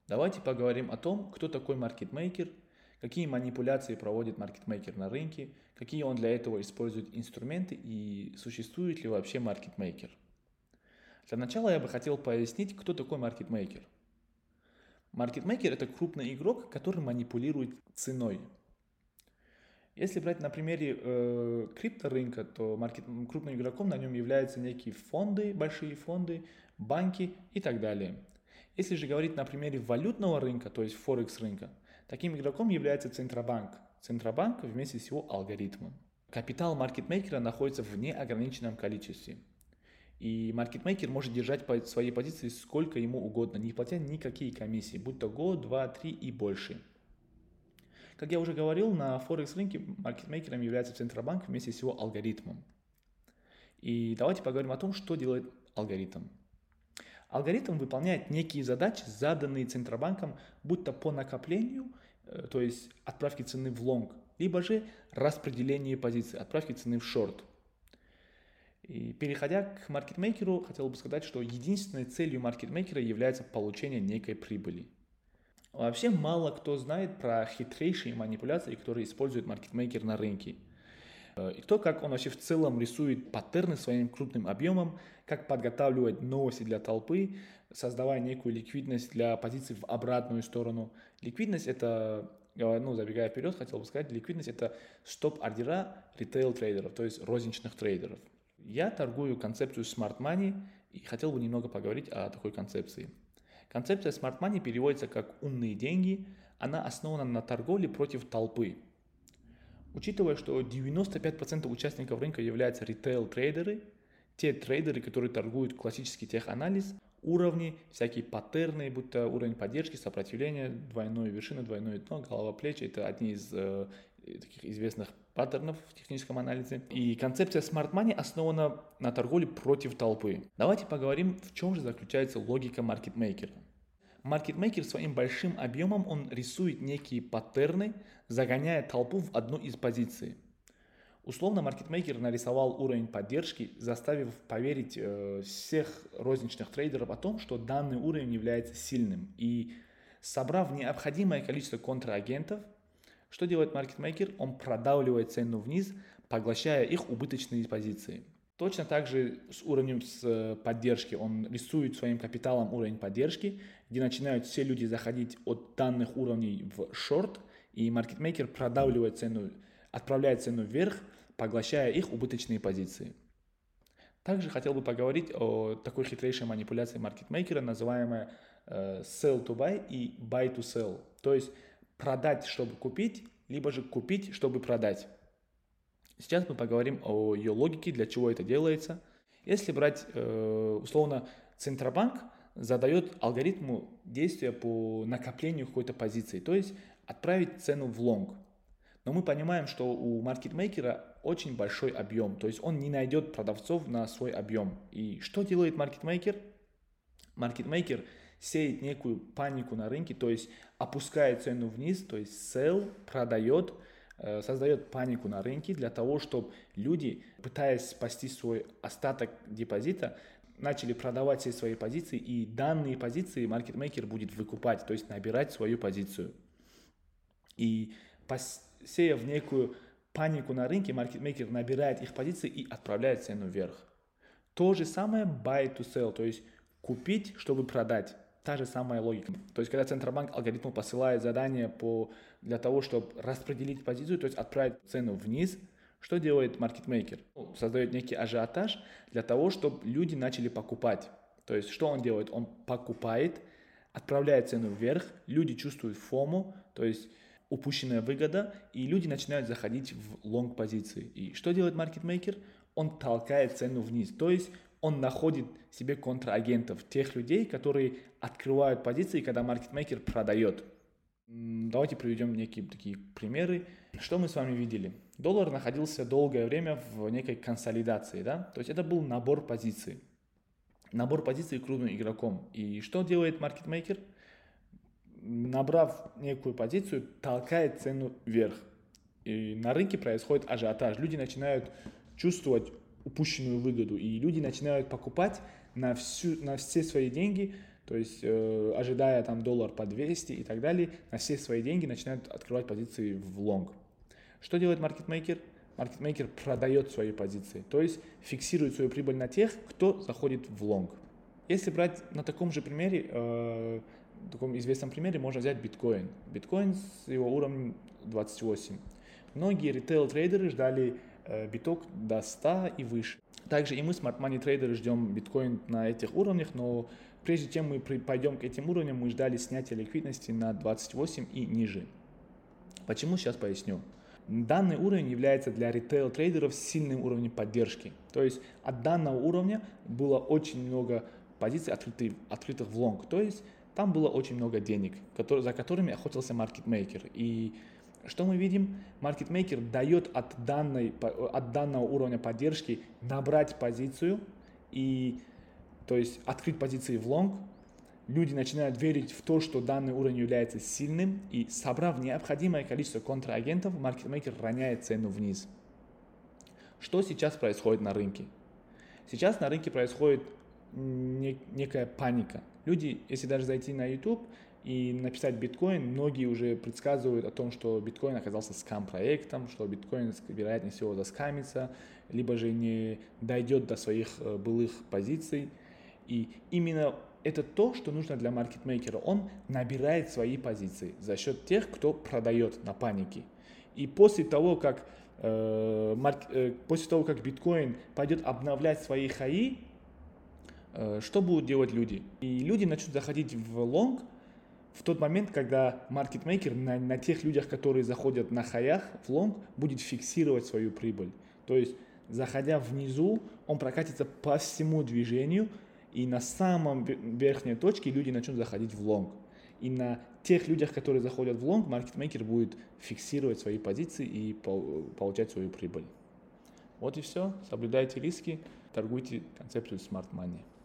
Давайте поговорим о том, кто такой маркетмейкер, какие манипуляции проводит маркетмейкер на рынке, какие он для этого использует инструменты и существует ли вообще маркетмейкер. Для начала я бы хотел пояснить, кто такой маркетмейкер. Маркетмейкер – это крупный игрок, который манипулирует ценой. Если брать на примере крипторынка, то крупным игроком на нем являются некие фонды, большие фонды, банки и так далее. Если же говорить на примере валютного рынка, то есть Форекс рынка, таким игроком является Центробанк. Центробанк вместе с его алгоритмом. Капитал маркетмейкера находится в неограниченном количестве. И маркетмейкер может держать свои позиции сколько ему угодно, не платя никакие комиссии, будь то год, 2, 3 и больше. Как я уже говорил, на Форекс рынке маркетмейкером является Центробанк вместе с его алгоритмом. И давайте поговорим о том, что делает алгоритм. Алгоритм выполняет некие задачи, заданные Центробанком, будь то по накоплению, то есть отправки цены в лонг, либо же распределение позиций, отправки цены в шорт. И переходя к маркетмейкеру, хотел бы сказать, что единственной целью маркетмейкера является получение некой прибыли. Вообще мало кто знает про хитрейшие манипуляции, которые использует маркетмейкер на рынке. И то, как он вообще в целом рисует паттерны своим крупным объемом, как подготавливать новости для толпы, создавая некую ликвидность для позиций в обратную сторону. Ликвидность это, забегая вперед, хотел бы сказать, ликвидность это стоп-ордера ритейл-трейдеров, то есть розничных трейдеров. Я торгую концепцию Smart Money и хотел бы немного поговорить о такой концепции. Концепция Smart Money переводится как «умные деньги», она основана на торговле против толпы. Учитывая, что 95% участников рынка являются ритейл-трейдеры, те трейдеры, которые торгуют классический теханализ, уровни, всякие паттерны, будь то уровень поддержки, сопротивления, двойной вершина, двойное дно, голова, плечи, это одни из таких известных паттернов в техническом анализе. И концепция Smart Money основана на торговле против толпы. Давайте поговорим, в чем же заключается логика маркетмейкера. Маркетмейкер своим большим объемом он рисует некие паттерны, загоняя толпу в одну из позиций. Условно маркетмейкер нарисовал уровень поддержки, заставив поверить всех розничных трейдеров о том, что данный уровень является сильным. И собрав необходимое количество контрагентов, что делает маркетмейкер? Он продавливает цену вниз, поглощая их убыточные позиции. Точно так же с уровнем поддержки он рисует своим капиталом уровень поддержки, где начинают все люди заходить от данных уровней в шорт, и маркетмейкер продавливает цену, отправляет цену вверх, поглощая их убыточные позиции. Также хотел бы поговорить о такой хитрейшей манипуляции маркетмейкера, называемой sell to buy и buy to sell, то есть продать, чтобы купить, либо же купить, чтобы продать. Сейчас мы поговорим о ее логике, для чего это делается. Если брать условно Центробанк задает алгоритму действия по накоплению какой-то позиции, то есть отправить цену в лонг. Но мы понимаем, что у маркетмейкера очень большой объем, то есть он не найдет продавцов на свой объем. И что делает маркетмейкер? Маркетмейкер сеет некую панику на рынке, то есть опускает цену вниз, то есть sell, продает, создает панику на рынке для того, чтобы люди, пытаясь спасти свой остаток депозита, начали продавать все свои позиции, и данные позиции маркетмейкер будет выкупать, то есть набирать свою позицию. И посеяв некую панику на рынке, маркетмейкер набирает их позиции и отправляет цену вверх. То же самое buy to sell, то есть купить, чтобы продать. Та же самая логика. То есть, когда Центробанк алгоритму посылает задание для того, чтобы распределить позицию, то есть отправить цену вниз, что делает маркетмейкер? Создает некий ажиотаж для того, чтобы люди начали покупать. То есть, что он делает? Он покупает, отправляет цену вверх, люди чувствуют фому, то есть упущенная выгода, и люди начинают заходить в лонг позиции. И что делает маркетмейкер? Он толкает цену вниз, то есть он находит себе контрагентов, тех людей, которые открывают позиции, когда маркетмейкер продает. Давайте приведем некие такие примеры. Что мы с вами видели? Доллар находился долгое время в некой консолидации, да? То есть это был набор позиций. Набор позиций крупным игроком. И что делает маркетмейкер? Набрав некую позицию, толкает цену вверх. И на рынке происходит ажиотаж. Люди начинают чувствовать упущенную выгоду, и люди начинают покупать на все свои деньги, То есть, ожидая там доллар по 200 и так далее, на все свои деньги начинают открывать позиции в лонг. Что делает маркетмейкер? Маркетмейкер продает свои позиции, то есть фиксирует свою прибыль на тех, кто заходит в лонг. Если брать на таком же примере, таком известном примере, можно взять биткоин. Биткоин с его уровнем 28. Многие ритейл-трейдеры ждали биток до 100 и выше. Также и мы, Smart Money трейдеры, ждем биткоин на этих уровнях, но прежде чем мы пойдем к этим уровням, мы ждали снятия ликвидности на 28 и ниже. Почему? Сейчас поясню. Данный уровень является для ритейл-трейдеров сильным уровнем поддержки. То есть от данного уровня было очень много позиций, открытых в лонг. То есть там было очень много денег, за которыми охотился маркетмейкер. И что мы видим? Маркетмейкер дает от данного уровня поддержки набрать позицию, то есть открыть позиции в лонг. Люди начинают верить в то, что данный уровень является сильным, и собрав необходимое количество контрагентов, маркетмейкер роняет цену вниз. Что сейчас происходит на рынке? Сейчас на рынке происходит некая паника. Люди, если даже зайти на YouTube и написать биткоин, многие уже предсказывают о том, что биткоин оказался скам-проектом, что биткоин, вероятнее всего, заскамится, либо же не дойдет до своих былых позиций. И именно это то, что нужно для маркетмейкера. Он набирает свои позиции за счет тех, кто продает на панике. И после того, как биткоин пойдет обновлять свои хаи, что будут делать люди? И люди начнут заходить в лонг в тот момент, когда маркетмейкер на тех людях, которые заходят на хаях в лонг, будет фиксировать свою прибыль. То есть, заходя внизу, он прокатится по всему движению, и на самом верхней точке люди начнут заходить в лонг. И на тех людях, которые заходят в лонг, маркетмейкер будет фиксировать свои позиции и получать свою прибыль. Вот и все. Соблюдайте риски, торгуйте концепцию Smart Money.